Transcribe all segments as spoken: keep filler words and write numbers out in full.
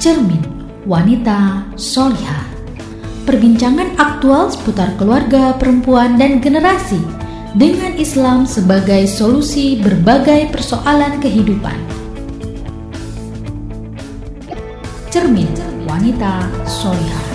Cermin Wanita Solihah. Perbincangan aktual seputar keluarga, perempuan, dan generasi dengan Islam sebagai solusi berbagai persoalan kehidupan. Cermin Wanita Solihah.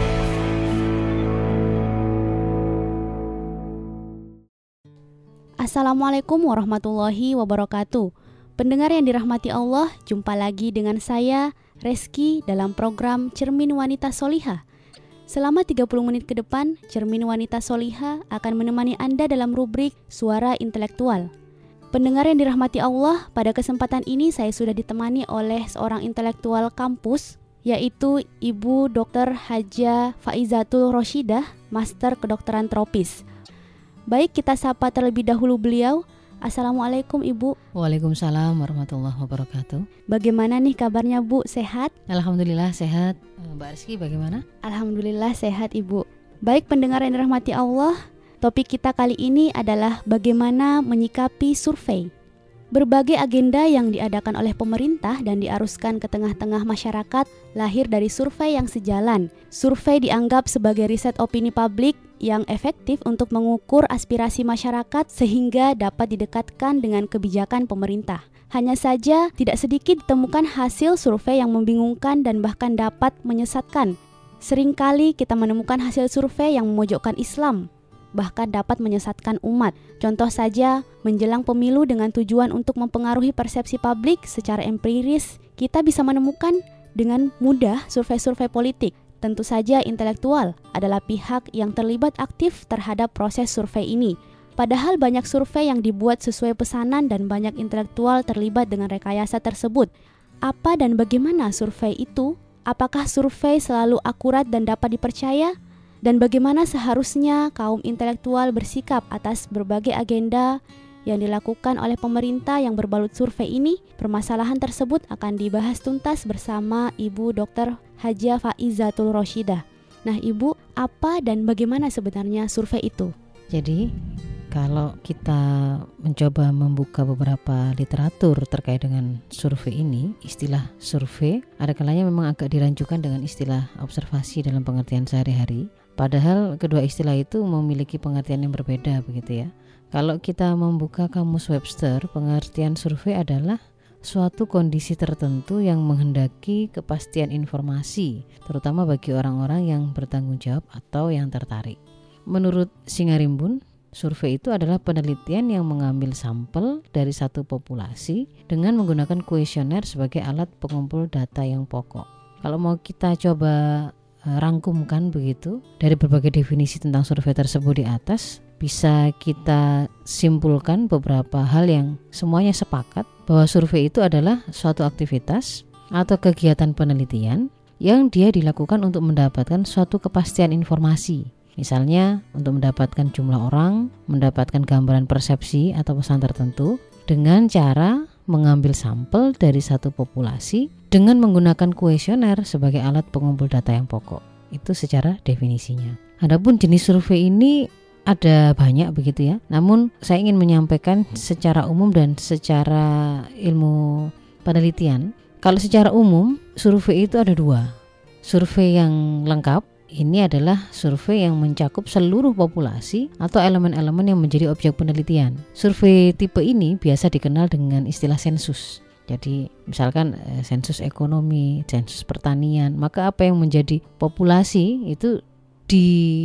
Assalamualaikum warahmatullahi wabarakatuh. Pendengar yang dirahmati Allah, jumpa lagi dengan saya, Reski, dalam program Cermin Wanita Solihah. Selama tiga puluh menit ke depan, Cermin Wanita Solihah akan menemani Anda dalam rubrik Suara Intelektual. Pendengar yang dirahmati Allah, pada kesempatan ini saya sudah ditemani oleh seorang intelektual kampus, yaitu Ibu Doktor Hajah Faizatul Roshidah, Master Kedokteran Tropis. Baik, kita sapa terlebih dahulu beliau. Assalamualaikum Ibu. Waalaikumsalam warahmatullahi wabarakatuh. Bagaimana nih kabarnya Bu? Sehat? Alhamdulillah sehat. Mbak Rizky bagaimana? Alhamdulillah sehat Ibu. Baik pendengar yang dirahmati Allah, topik kita kali ini adalah bagaimana menyikapi survei. Berbagai agenda yang diadakan oleh pemerintah dan diaruskan ke tengah-tengah masyarakat lahir dari survei yang sejalan. Survei dianggap sebagai riset opini publik yang efektif untuk mengukur aspirasi masyarakat sehingga dapat didekatkan dengan kebijakan pemerintah. Hanya saja tidak sedikit ditemukan hasil survei yang membingungkan dan bahkan dapat menyesatkan. Seringkali kita menemukan hasil survei yang memojokkan Islam, bahkan dapat menyesatkan umat. Contoh saja, menjelang pemilu dengan tujuan untuk mempengaruhi persepsi publik secara empiris, kita bisa menemukan dengan mudah survei-survei politik. Tentu saja intelektual adalah pihak yang terlibat aktif terhadap proses survei ini. Padahal banyak survei yang dibuat sesuai pesanan dan banyak intelektual terlibat dengan rekayasa tersebut. Apa dan bagaimana survei itu? Apakah survei selalu akurat dan dapat dipercaya? Dan bagaimana seharusnya kaum intelektual bersikap atas berbagai agenda yang dilakukan oleh pemerintah yang berbalut survei ini? Permasalahan tersebut akan dibahas tuntas bersama Ibu Doktor Hajah Faizatul Roshidah. Nah Ibu, apa dan bagaimana sebenarnya survei itu? Jadi kalau kita mencoba membuka beberapa literatur terkait dengan survei ini, istilah survei ada kalanya memang agak dirancukan dengan istilah observasi dalam pengertian sehari-hari. Padahal kedua istilah itu memiliki pengertian yang berbeda begitu ya. Kalau kita membuka kamus Webster, pengertian survei adalah suatu kondisi tertentu yang menghendaki kepastian informasi, terutama bagi orang-orang yang bertanggung jawab atau yang tertarik. Menurut Singarimbun, survei itu adalah penelitian yang mengambil sampel dari satu populasi dengan menggunakan kuesioner sebagai alat pengumpul data yang pokok. Kalau mau kita coba rangkumkan begitu dari berbagai definisi tentang survei tersebut di atas, bisa kita simpulkan beberapa hal yang semuanya sepakat bahwa survei itu adalah suatu aktivitas atau kegiatan penelitian yang dia dilakukan untuk mendapatkan suatu kepastian informasi. Misalnya untuk mendapatkan jumlah orang, mendapatkan gambaran persepsi atau pesan tertentu dengan cara mengambil sampel dari satu populasi dengan menggunakan kuesioner sebagai alat pengumpul data yang pokok. Itu secara definisinya. Adapun jenis survei ini ada banyak begitu ya. Namun saya ingin menyampaikan secara umum dan secara ilmu penelitian. Kalau secara umum, survei itu ada dua. Survei yang lengkap, ini adalah survei yang mencakup seluruh populasi atau elemen-elemen yang menjadi objek penelitian. Survei tipe ini biasa dikenal dengan istilah sensus. Jadi misalkan eh, sensus ekonomi, sensus pertanian, maka apa yang menjadi populasi itu di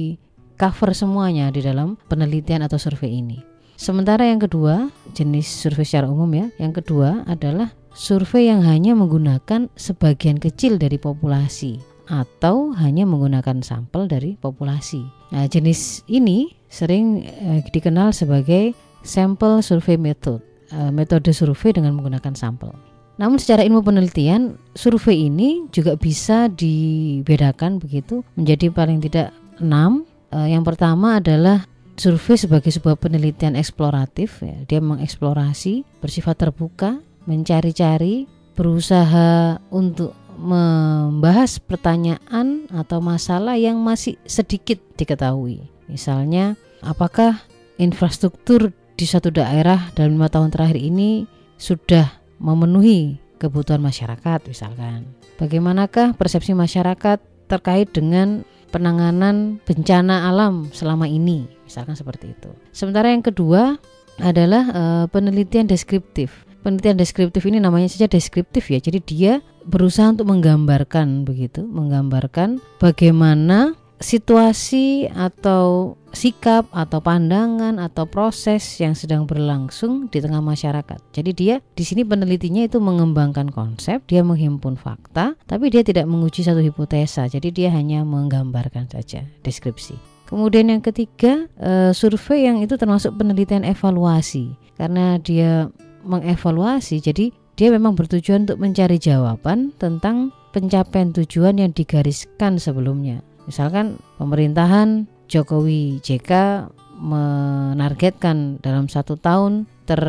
cover semuanya di dalam penelitian atau survei ini. Sementara yang kedua, jenis survei secara umum ya, yang kedua adalah survei yang hanya menggunakan sebagian kecil dari populasi atau hanya menggunakan sampel dari populasi. Nah, jenis ini sering eh, dikenal sebagai sample survey method, eh, metode survei dengan menggunakan sampel. Namun secara ilmu penelitian, survei ini juga bisa dibedakan begitu menjadi paling tidak enam. Eh, yang pertama adalah survei sebagai sebuah penelitian eksploratif, ya. Dia mengeksplorasi, bersifat terbuka, mencari-cari, berusaha untuk membahas pertanyaan atau masalah yang masih sedikit diketahui. Misalnya, apakah infrastruktur di suatu daerah dalam lima tahun terakhir ini sudah memenuhi kebutuhan masyarakat misalkan. Bagaimanakah persepsi masyarakat terkait dengan penanganan bencana alam selama ini, misalkan seperti itu. Sementara yang kedua adalah uh, penelitian deskriptif. Penelitian deskriptif ini namanya saja deskriptif ya. Jadi dia berusaha untuk menggambarkan begitu, menggambarkan bagaimana situasi atau sikap atau pandangan atau proses yang sedang berlangsung di tengah masyarakat. Jadi dia di sini penelitinya itu mengembangkan konsep, dia menghimpun fakta, tapi dia tidak menguji satu hipotesa. Jadi dia hanya menggambarkan saja, deskripsi. Kemudian yang ketiga, e, survei yang itu termasuk penelitian evaluasi. Karena dia mengevaluasi, jadi dia memang bertujuan untuk mencari jawaban tentang pencapaian tujuan yang digariskan sebelumnya. Misalkan pemerintahan Jokowi J K menargetkan dalam satu tahun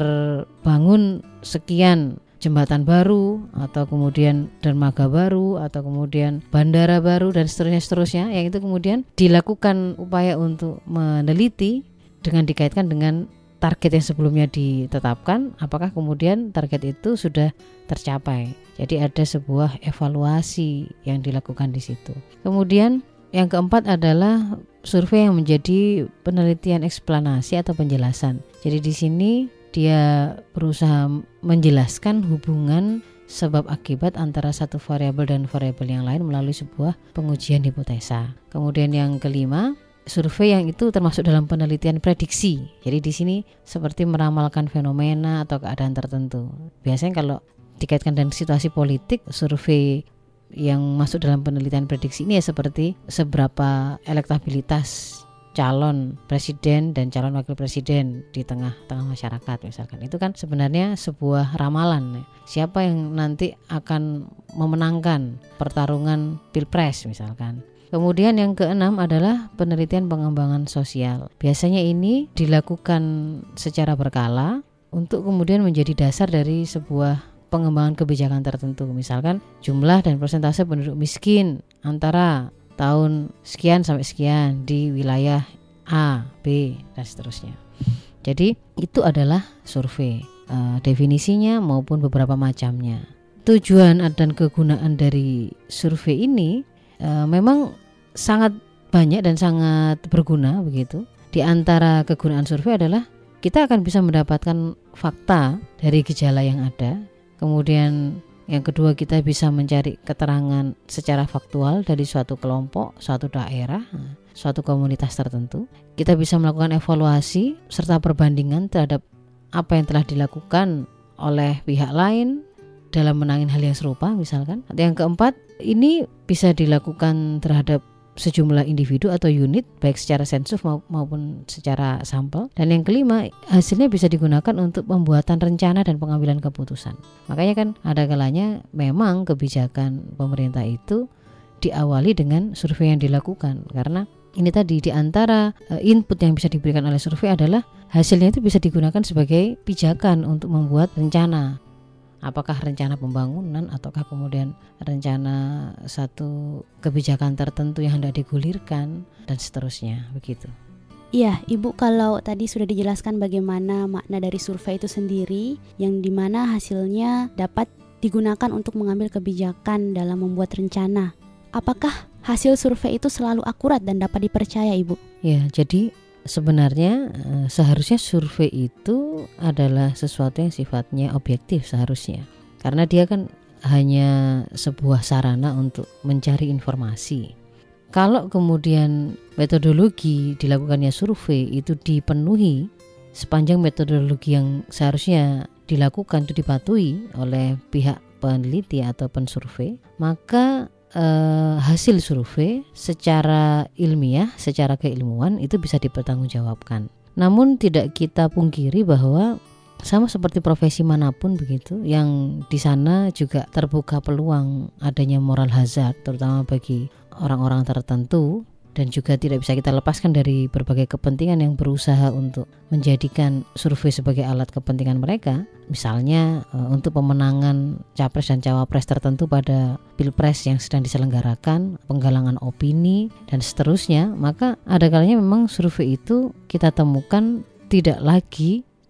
terbangun sekian jembatan baru, atau kemudian dermaga baru, atau kemudian bandara baru, dan seterusnya seterusnya yang itu kemudian dilakukan upaya untuk meneliti dengan dikaitkan dengan target yang sebelumnya ditetapkan, apakah kemudian target itu sudah tercapai. Jadi ada sebuah evaluasi yang dilakukan di situ. Kemudian yang keempat adalah survei yang menjadi penelitian eksplanasi atau penjelasan. Jadi di sini dia berusaha menjelaskan hubungan sebab akibat antara satu variabel dan variabel yang lain melalui sebuah pengujian hipotesa. Kemudian yang kelima, survei yang itu termasuk dalam penelitian prediksi. Jadi di sini seperti meramalkan fenomena atau keadaan tertentu. Biasanya kalau dikaitkan dengan situasi politik, survei yang masuk dalam penelitian prediksi ini ya seperti seberapa elektabilitas calon presiden dan calon wakil presiden di tengah-tengah masyarakat misalkan. Itu kan sebenarnya sebuah ramalan ya. Siapa yang nanti akan memenangkan pertarungan pilpres misalkan. Kemudian yang keenam adalah penelitian pengembangan sosial. Biasanya ini dilakukan secara berkala untuk kemudian menjadi dasar dari sebuah pengembangan kebijakan tertentu. Misalkan jumlah dan persentase penduduk miskin antara tahun sekian sampai sekian di wilayah A, B, dan seterusnya. Jadi itu adalah survei, e, definisinya maupun beberapa macamnya. Tujuan dan kegunaan dari survei ini e, memang sangat banyak dan sangat berguna begitu. Di antara kegunaan survei adalah kita akan bisa mendapatkan fakta dari gejala yang ada. Kemudian yang kedua, kita bisa mencari keterangan secara faktual dari suatu kelompok, suatu daerah, suatu komunitas tertentu. Kita bisa melakukan evaluasi serta perbandingan terhadap apa yang telah dilakukan oleh pihak lain dalam menangani hal yang serupa misalkan. Yang keempat, ini bisa dilakukan terhadap sejumlah individu atau unit baik secara sensus maupun secara sampel. Dan yang kelima, hasilnya bisa digunakan untuk pembuatan rencana dan pengambilan keputusan. Makanya kan ada kalanya memang kebijakan pemerintah itu diawali dengan survei yang dilakukan, karena ini tadi di antara input yang bisa diberikan oleh survei adalah hasilnya itu bisa digunakan sebagai pijakan untuk membuat rencana. Apakah rencana pembangunan ataukah kemudian rencana satu kebijakan tertentu yang hendak digulirkan dan seterusnya begitu. Iya, Ibu, kalau tadi sudah dijelaskan bagaimana makna dari survei itu sendiri, yang dimana hasilnya dapat digunakan untuk mengambil kebijakan dalam membuat rencana. Apakah hasil survei itu selalu akurat dan dapat dipercaya, Ibu? Ya, jadi sebenarnya seharusnya survei itu adalah sesuatu yang sifatnya objektif seharusnya. Karena dia kan hanya sebuah sarana untuk mencari informasi. Kalau kemudian metodologi dilakukannya survei itu dipenuhi, sepanjang metodologi yang seharusnya dilakukan itu dipatuhi oleh pihak peneliti atau pensurvei, maka Uh, hasil survei secara ilmiah, secara keilmuan itu bisa dipertanggungjawabkan. Namun tidak kita pungkiri bahwa sama seperti profesi manapun begitu, yang di sana juga terbuka peluang adanya moral hazard, terutama bagi orang-orang tertentu, dan juga tidak bisa kita lepaskan dari berbagai kepentingan yang berusaha untuk menjadikan survei sebagai alat kepentingan mereka. Misalnya e, untuk pemenangan capres dan cawapres tertentu pada pilpres yang sedang diselenggarakan, penggalangan opini dan seterusnya. Maka ada kalanya memang survei itu kita temukan tidak lagi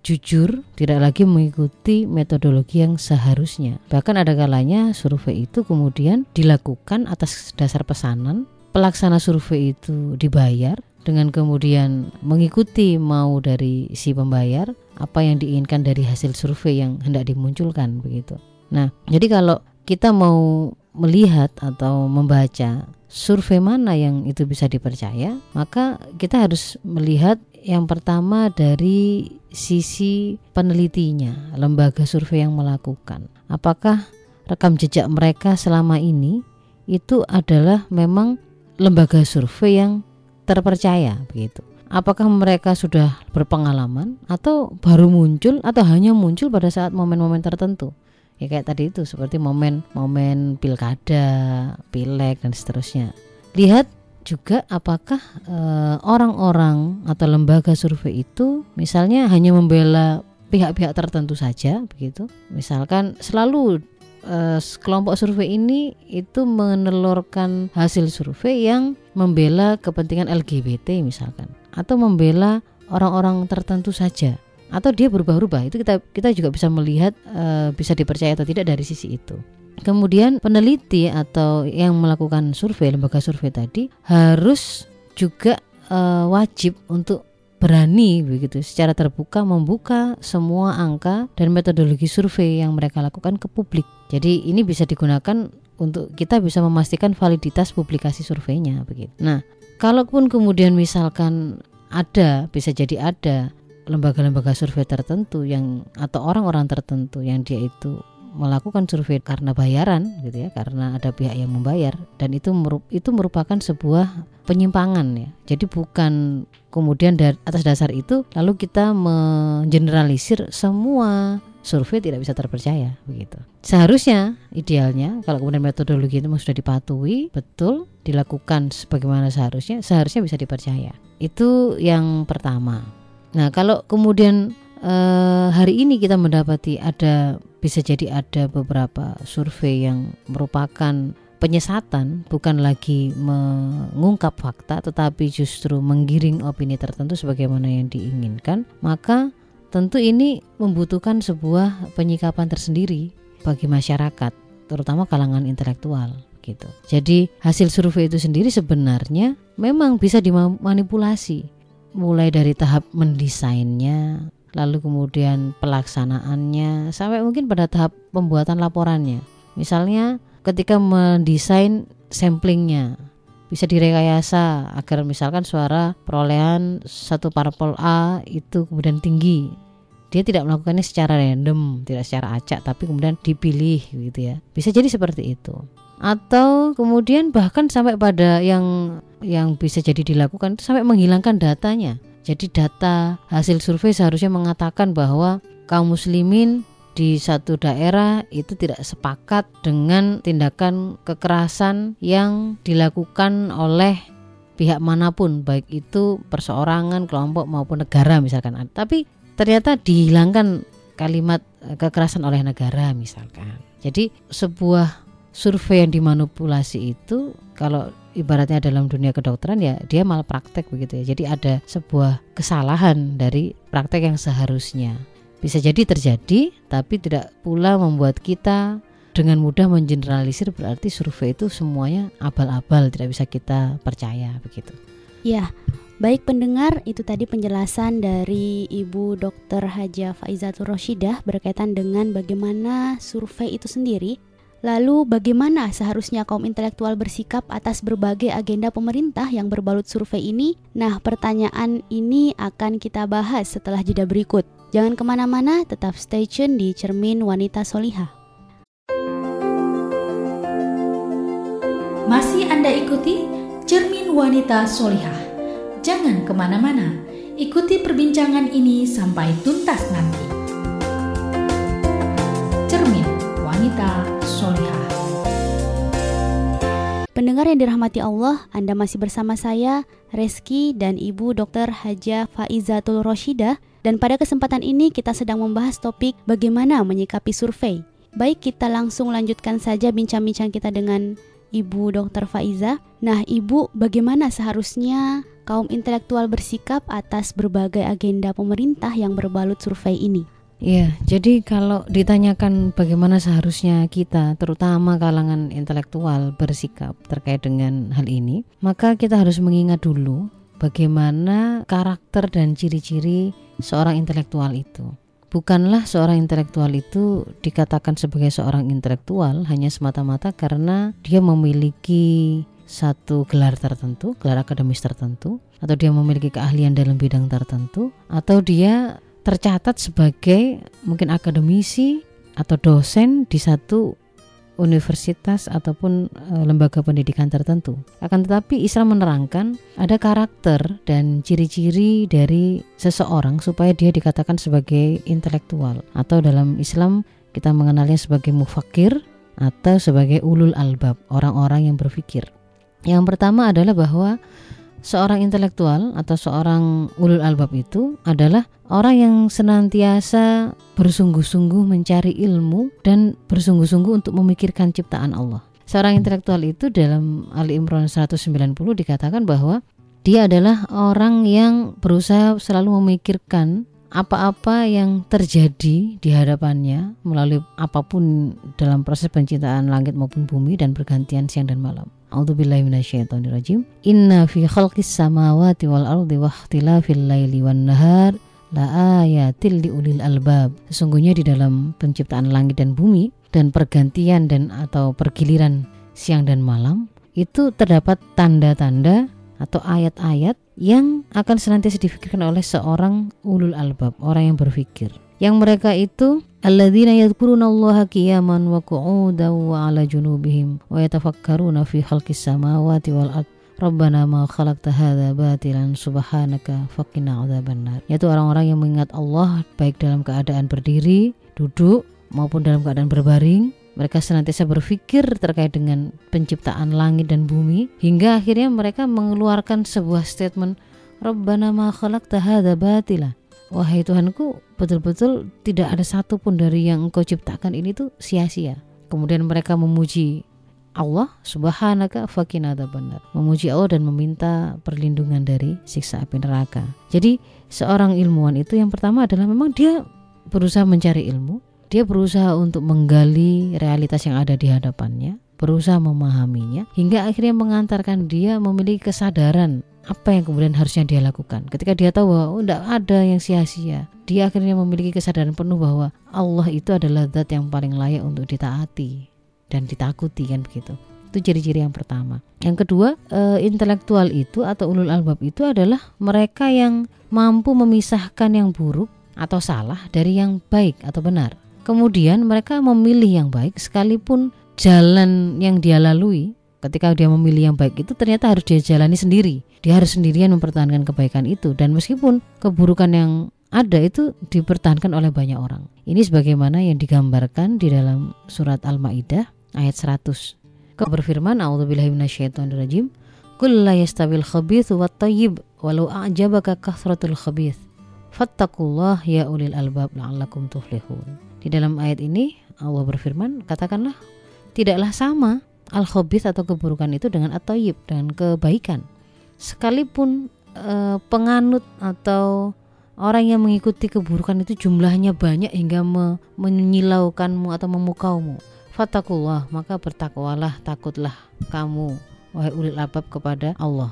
jujur, tidak lagi mengikuti metodologi yang seharusnya. Bahkan ada kalanya survei itu kemudian dilakukan atas dasar pesanan, pelaksana survei itu dibayar dengan kemudian mengikuti mau dari si pembayar apa yang diinginkan dari hasil survei yang hendak dimunculkan begitu. Nah, jadi kalau kita mau melihat atau membaca survei mana yang itu bisa dipercaya, maka kita harus melihat yang pertama dari sisi penelitinya, lembaga survei yang melakukan. Apakah rekam jejak mereka selama ini itu adalah memang lembaga survei yang terpercaya begitu. Apakah mereka sudah berpengalaman atau baru muncul atau hanya muncul pada saat momen-momen tertentu? Ya kayak tadi itu seperti momen-momen pilkada, pileg dan seterusnya. Lihat juga apakah e, orang-orang atau lembaga survei itu misalnya hanya membela pihak-pihak tertentu saja begitu. Misalkan selalu e, kelompok survei ini itu menelurkan hasil survei yang membela kepentingan L G B T misalkan, atau membela orang-orang tertentu saja, atau dia berubah-ubah. Itu kita kita juga bisa melihat e, bisa dipercaya atau tidak dari sisi itu. Kemudian peneliti atau yang melakukan survei, lembaga survei tadi harus juga e, wajib untuk berani begitu secara terbuka membuka semua angka dan metodologi survei yang mereka lakukan ke publik. Jadi ini bisa digunakan untuk kita bisa memastikan validitas publikasi surveinya begitu. Nah, kalaupun kemudian misalkan ada, bisa jadi ada lembaga-lembaga survei tertentu yang atau orang-orang tertentu yang dia itu melakukan survei karena bayaran gitu ya, karena ada pihak yang membayar, dan itu merup, itu merupakan sebuah penyimpangan ya. Jadi bukan kemudian dari atas dasar itu lalu kita mengeneralisir semua survei tidak bisa terpercaya begitu. Seharusnya idealnya kalau kemudian metodologi itu sudah dipatuhi betul, dilakukan sebagaimana seharusnya, seharusnya bisa dipercaya. Itu yang pertama. Nah, kalau kemudian eh, hari ini kita mendapati ada, bisa jadi ada beberapa survei yang merupakan penyesatan, bukan lagi mengungkap fakta tetapi justru menggiring opini tertentu sebagaimana yang diinginkan, maka tentu ini membutuhkan sebuah penyikapan tersendiri bagi masyarakat, terutama kalangan intelektual gitu. Jadi hasil survei itu sendiri sebenarnya memang bisa dimanipulasi, mulai dari tahap mendesainnya, lalu kemudian pelaksanaannya, sampai mungkin pada tahap pembuatan laporannya. Misalnya ketika mendesain samplingnya bisa direkayasa agar misalkan suara perolehan satu parpol A itu kemudian tinggi. Dia tidak melakukannya secara random, tidak secara acak, tapi kemudian dipilih gitu ya. Bisa jadi seperti itu. Atau kemudian bahkan sampai pada yang yang bisa jadi dilakukan itu sampai menghilangkan datanya. Jadi data hasil survei seharusnya mengatakan bahwa kaum muslimin di satu daerah itu tidak sepakat dengan tindakan kekerasan yang dilakukan oleh pihak manapun, baik itu perseorangan, kelompok maupun negara misalkan. Tapi ternyata dihilangkan kalimat kekerasan oleh negara misalkan. Jadi sebuah survei yang dimanipulasi itu kalau ibaratnya dalam dunia kedokteran ya dia malpraktek begitu ya. Jadi ada sebuah kesalahan dari praktek yang seharusnya. Bisa jadi terjadi, tapi tidak pula membuat kita dengan mudah mengeneralisir berarti survei itu semuanya abal-abal, tidak bisa kita percaya begitu. Ya, baik pendengar, itu tadi penjelasan dari Ibu Doktor Hajah Faizatul Roshidah berkaitan dengan bagaimana survei itu sendiri. Lalu bagaimana seharusnya kaum intelektual bersikap atas berbagai agenda pemerintah yang berbalut survei ini? Nah, pertanyaan ini akan kita bahas setelah jeda berikut. Jangan kemana-mana, tetap stay tune di Cermin Wanita Solihah. Masih Anda ikuti Cermin Wanita Solihah. Jangan kemana-mana, ikuti perbincangan ini sampai tuntas nanti. Cermin Wanita Solihah. Pendengar yang dirahmati Allah, Anda masih bersama saya, Reski, dan Ibu Doktor Hajah Faizatul Roshidah. Dan pada kesempatan ini kita sedang membahas topik bagaimana menyikapi survei. Baik, kita langsung lanjutkan saja bincang-bincang kita dengan Ibu Doktor Faiza. Nah, Ibu, bagaimana seharusnya kaum intelektual bersikap atas berbagai agenda pemerintah yang berbalut survei ini? Ya, jadi kalau ditanyakan bagaimana seharusnya kita, terutama kalangan intelektual, bersikap terkait dengan hal ini, maka kita harus mengingat dulu bagaimana karakter dan ciri-ciri seorang intelektual itu. Bukanlah seorang intelektual itu dikatakan sebagai seorang intelektual hanya semata-mata karena dia memiliki satu gelar tertentu, gelar akademis tertentu, atau dia memiliki keahlian dalam bidang tertentu, atau dia tercatat sebagai mungkin akademisi atau dosen di satu universitas ataupun e, lembaga pendidikan tertentu. Akan tetapi Islam menerangkan ada karakter dan ciri-ciri dari seseorang supaya dia dikatakan sebagai intelektual, atau dalam Islam kita mengenalnya sebagai mufakir atau sebagai ulul albab, orang-orang yang berpikir. Yang pertama adalah bahwa seorang intelektual atau seorang ulul albab itu adalah orang yang senantiasa bersungguh-sungguh mencari ilmu dan bersungguh-sungguh untuk memikirkan ciptaan Allah. Seorang intelektual itu dalam Ali Imran seratus sembilan puluh dikatakan bahwa dia adalah orang yang berusaha selalu memikirkan apa-apa yang terjadi di hadapannya melalui apapun dalam proses penciptaan langit maupun bumi dan pergantian siang dan malam. A'udzubillahi minasyaitonirrajim. Inna fi khalqis samawati wal ardi wa ikhtilafil laili wan nahar la ayatil liulil albab. Sesungguhnya di dalam penciptaan langit dan bumi dan pergantian dan atau pergiliran siang dan malam itu terdapat tanda-tanda atau ayat-ayat yang akan senantiasa difikirkan oleh seorang ulul albab, orang yang berfikir. Yang mereka itu alladzina yadhkurunallaha qiyaman wa qu'udan wa 'ala junubihim wa yatafakkaruna fi khalqis samawati wal ard rabbana ma khalaqta hadza batilan subhanaka faqina 'adzabannar. Yaitu orang-orang yang mengingat Allah baik dalam keadaan berdiri, duduk maupun dalam keadaan berbaring. Mereka senantiasa berpikir terkait dengan penciptaan langit dan bumi hingga akhirnya mereka mengeluarkan sebuah statement, Rabbana ma khalaqta hadza batila. Wahai Tuhanku, betul-betul tidak ada satu pun dari yang Engkau ciptakan ini tuh sia-sia. Kemudian mereka memuji Allah, subhanaka faqina adzabannar. Memuji Allah dan meminta perlindungan dari siksa api neraka. Jadi seorang ilmuwan itu yang pertama adalah memang dia berusaha mencari ilmu. Dia berusaha untuk menggali realitas yang ada di hadapannya, berusaha memahaminya, hingga akhirnya mengantarkan dia memiliki kesadaran apa yang kemudian harusnya dia lakukan. Ketika dia tahu bahwa oh, tidak ada yang sia-sia, dia akhirnya memiliki kesadaran penuh bahwa Allah itu adalah zat yang paling layak untuk ditaati dan ditakuti, kan begitu. Itu ciri-ciri yang pertama. Yang kedua, e, intelektual itu atau ulul albab itu adalah mereka yang mampu memisahkan yang buruk atau salah dari yang baik atau benar. Kemudian mereka memilih yang baik sekalipun jalan yang dia lalui ketika dia memilih yang baik itu ternyata harus dia jalani sendiri. Dia harus sendirian mempertahankan kebaikan itu, dan meskipun keburukan yang ada itu dipertahankan oleh banyak orang. Ini sebagaimana yang digambarkan di dalam surat Al-Maidah ayat seratus. Kau berfirman, a'udzubillahi minasyaitonirrajim, qul la yastawil khabithu wat thayyib walau a'jabaka kathratul khabith fattaqullah ya ulil albab la'allakum tuflihun. Di dalam ayat ini Allah berfirman, katakanlah tidaklah sama al-khabith atau keburukan itu dengan at-thayyib, dengan kebaikan. Sekalipun e, penganut atau orang yang mengikuti keburukan itu jumlahnya banyak hingga me, menyilaukanmu atau memukaumu. Fattakullah, maka bertakwalah, takutlah kamu wahai ulil albab kepada Allah,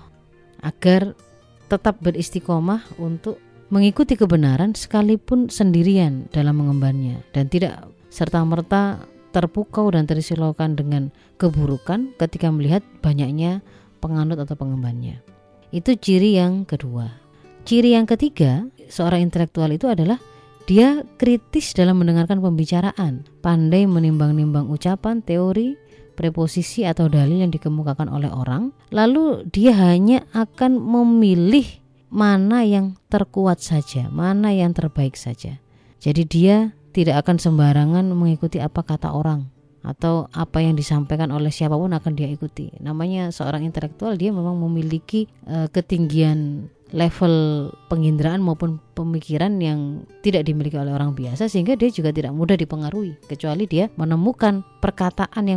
agar tetap beristiqomah untuk mengikuti kebenaran sekalipun sendirian dalam mengembannya, dan tidak serta-merta terpukau dan tersilaukan dengan keburukan ketika melihat banyaknya penganut atau pengembannya. Itu ciri yang kedua. Ciri yang ketiga, seorang intelektual itu adalah dia kritis dalam mendengarkan pembicaraan, pandai menimbang-nimbang ucapan, teori, preposisi atau dalil yang dikemukakan oleh orang, lalu dia hanya akan memilih mana yang terkuat saja, mana yang terbaik saja. Jadi dia tidak akan sembarangan mengikuti apa kata orang atau apa yang disampaikan oleh siapapun akan dia ikuti. Namanya seorang intelektual, dia memang memiliki uh, ketinggian level penginderaan maupun pemikiran yang tidak dimiliki oleh orang biasa, sehingga dia juga tidak mudah dipengaruhi kecuali dia menemukan perkataan yang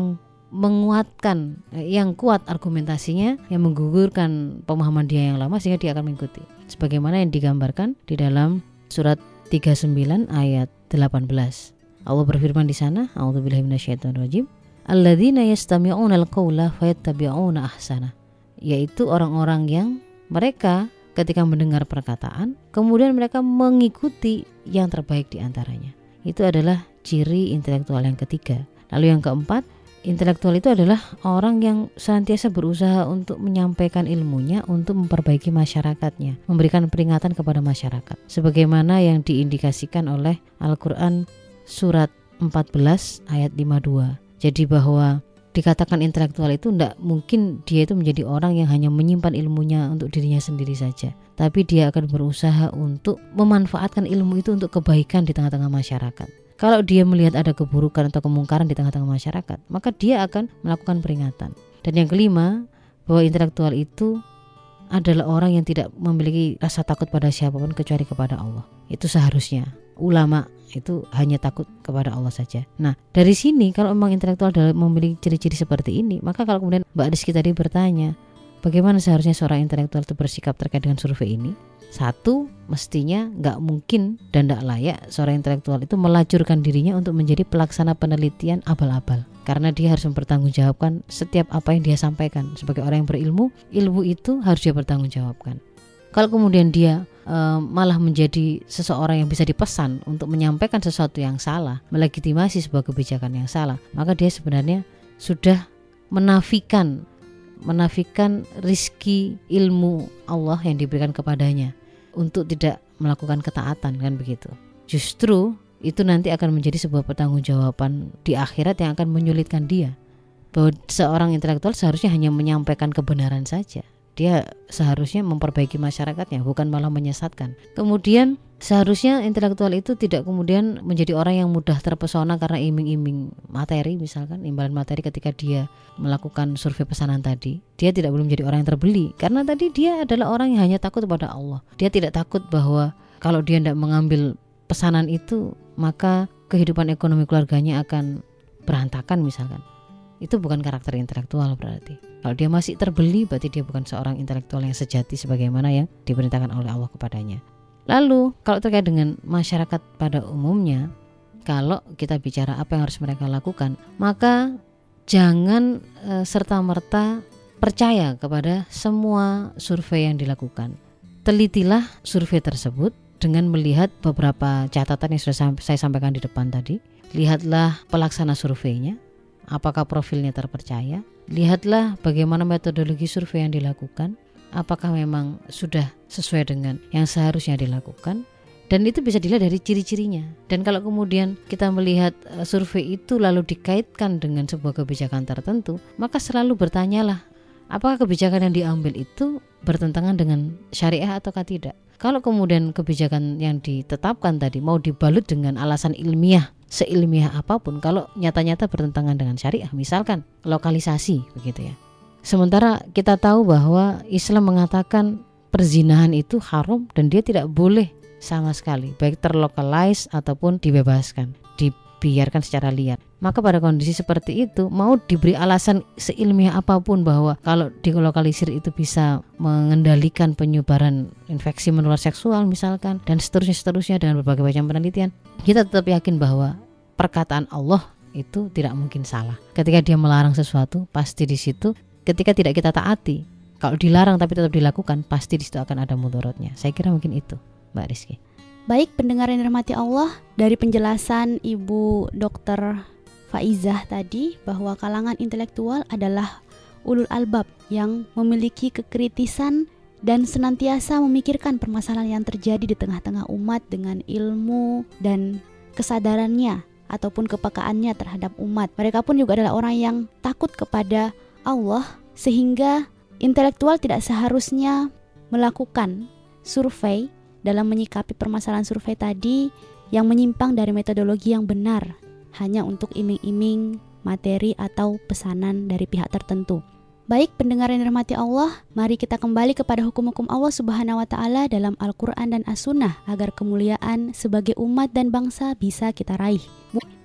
menguatkan, yang kuat argumentasinya, yang menggugurkan pemahaman dia yang lama, sehingga dia akan mengikuti. Sebagaimana yang digambarkan di dalam surat tiga puluh sembilan ayat delapan belas. Allah berfirman di sana, a'udzubillahi minasyaitonirrajim, alladzina yastami'unal qaula fayattabi'una ahsana, yaitu orang-orang yang mereka ketika mendengar perkataan kemudian mereka mengikuti yang terbaik di antaranya. Itu adalah ciri intelektual yang ketiga. Lalu yang keempat, intelektual itu adalah orang yang senantiasa berusaha untuk menyampaikan ilmunya untuk memperbaiki masyarakatnya, memberikan peringatan kepada masyarakat, sebagaimana yang diindikasikan oleh Al-Quran surat empat belas ayat lima puluh dua. Jadi bahwa dikatakan intelektual itu tidak mungkin dia itu menjadi orang yang hanya menyimpan ilmunya untuk dirinya sendiri saja, tapi dia akan berusaha untuk memanfaatkan ilmu itu untuk kebaikan di tengah-tengah masyarakat. Kalau dia melihat ada keburukan atau kemungkaran di tengah-tengah masyarakat, maka dia akan melakukan peringatan. Dan yang kelima, bahwa intelektual itu adalah orang yang tidak memiliki rasa takut pada siapapun kecuali kepada Allah. Itu seharusnya. Ulama itu hanya takut kepada Allah saja. Nah, dari sini kalau memang intelektual adalah memiliki ciri-ciri seperti ini, maka kalau kemudian Mbak Rizky tadi bertanya, bagaimana seharusnya seorang intelektual itu bersikap terkait dengan survei ini? Satu, mestinya nggak mungkin dan nggak layak seorang intelektual itu melacurkan dirinya untuk menjadi pelaksana penelitian abal-abal, karena dia harus mempertanggungjawabkan setiap apa yang dia sampaikan. Sebagai orang yang berilmu, ilmu itu harus dia pertanggungjawabkan. Kalau kemudian dia e, malah menjadi seseorang yang bisa dipesan untuk menyampaikan sesuatu yang salah, melegitimasi sebuah kebijakan yang salah, maka dia sebenarnya sudah menafikan menafikan rizki ilmu Allah yang diberikan kepadanya untuk tidak melakukan ketaatan, kan begitu. Justru itu nanti akan menjadi sebuah pertanggungjawaban di akhirat yang akan menyulitkan dia. Bahwa seorang intelektual seharusnya hanya menyampaikan kebenaran saja. Dia seharusnya memperbaiki masyarakatnya, bukan malah menyesatkan. Kemudian seharusnya intelektual itu tidak kemudian menjadi orang yang mudah terpesona karena iming-iming materi, misalkan imbalan materi ketika dia melakukan survei pesanan tadi. Dia tidak boleh menjadi orang yang terbeli, karena tadi dia adalah orang yang hanya takut kepada Allah. Dia tidak takut bahwa kalau dia tidak mengambil pesanan itu, maka kehidupan ekonomi keluarganya akan berantakan misalkan. Itu bukan karakter intelektual berarti. Kalau dia masih terbeli, berarti dia bukan seorang intelektual yang sejati sebagaimana yang diperintahkan oleh Allah kepadanya. Lalu kalau terkait dengan masyarakat pada umumnya, kalau kita bicara apa yang harus mereka lakukan, maka jangan e, serta-merta percaya kepada semua survei yang dilakukan. Telitilah survei tersebut dengan melihat beberapa catatan yang sudah saya sampaikan di depan tadi. Lihatlah pelaksana surveinya, apakah profilnya terpercaya. Lihatlah bagaimana metodologi survei yang dilakukan, apakah memang sudah sesuai dengan yang seharusnya dilakukan. Dan itu bisa dilihat dari ciri-cirinya. Dan kalau kemudian kita melihat uh, survei itu lalu dikaitkan dengan sebuah kebijakan tertentu, maka selalu bertanyalah, apakah kebijakan yang diambil itu bertentangan dengan syariah ataukah tidak. Kalau kemudian kebijakan yang ditetapkan tadi mau dibalut dengan alasan ilmiah, seilmiah apapun, kalau nyata-nyata bertentangan dengan syariah, misalkan lokalisasi begitu ya. Sementara kita tahu bahwa Islam mengatakan perzinahan itu haram dan dia tidak boleh sama sekali, baik terlokalize ataupun dibebaskan, dibiarkan secara liar. Maka pada kondisi seperti itu mau diberi alasan seilmiah apapun bahwa kalau dilokalisir itu bisa mengendalikan penyebaran infeksi menular seksual misalkan, dan seterusnya seterusnya dengan berbagai macam penelitian, kita tetap yakin bahwa perkataan Allah itu tidak mungkin salah. Ketika dia melarang sesuatu, pasti di situ ketika tidak kita taati, kalau dilarang tapi tetap dilakukan, pasti di situ akan ada mudaratnya. Saya kira mungkin itu, Mbak Rizky. Baik pendengar yang dirahmati Allah, dari penjelasan Ibu Dokter Faizah tadi bahwa kalangan intelektual adalah ulul albab yang memiliki kekritisan dan senantiasa memikirkan permasalahan yang terjadi di tengah-tengah umat dengan ilmu dan kesadarannya ataupun kepekaannya terhadap umat. Mereka pun juga adalah orang yang takut kepada Allah, sehingga intelektual tidak seharusnya melakukan survei dalam menyikapi permasalahan survei tadi yang menyimpang dari metodologi yang benar, hanya untuk iming-iming materi atau pesanan dari pihak tertentu. Baik pendengar yang dirahmati Allah, mari kita kembali kepada hukum-hukum Allah Subhanahu wa Ta'ala dalam Al-Quran dan As-Sunnah agar kemuliaan sebagai umat dan bangsa bisa kita raih.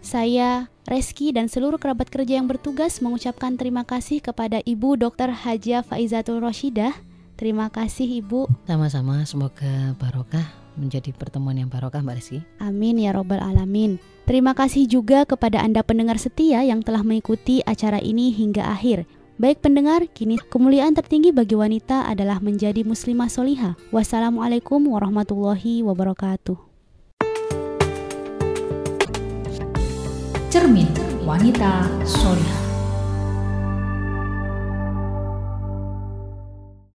Saya, Reski, dan seluruh kerabat kerja yang bertugas mengucapkan terima kasih kepada Ibu Doktor Hajah Faizatul Rashidah. Terima kasih Ibu. Sama-sama, semoga barokah, menjadi pertemuan yang barokah Mbak Reski. Amin ya robbal alamin. Terima kasih juga kepada Anda pendengar setia yang telah mengikuti acara ini hingga akhir. Baik pendengar, kini kemuliaan tertinggi bagi wanita adalah menjadi muslimah solihah. Wassalamualaikum warahmatullahi wabarakatuh. Cermin Wanita Solihah.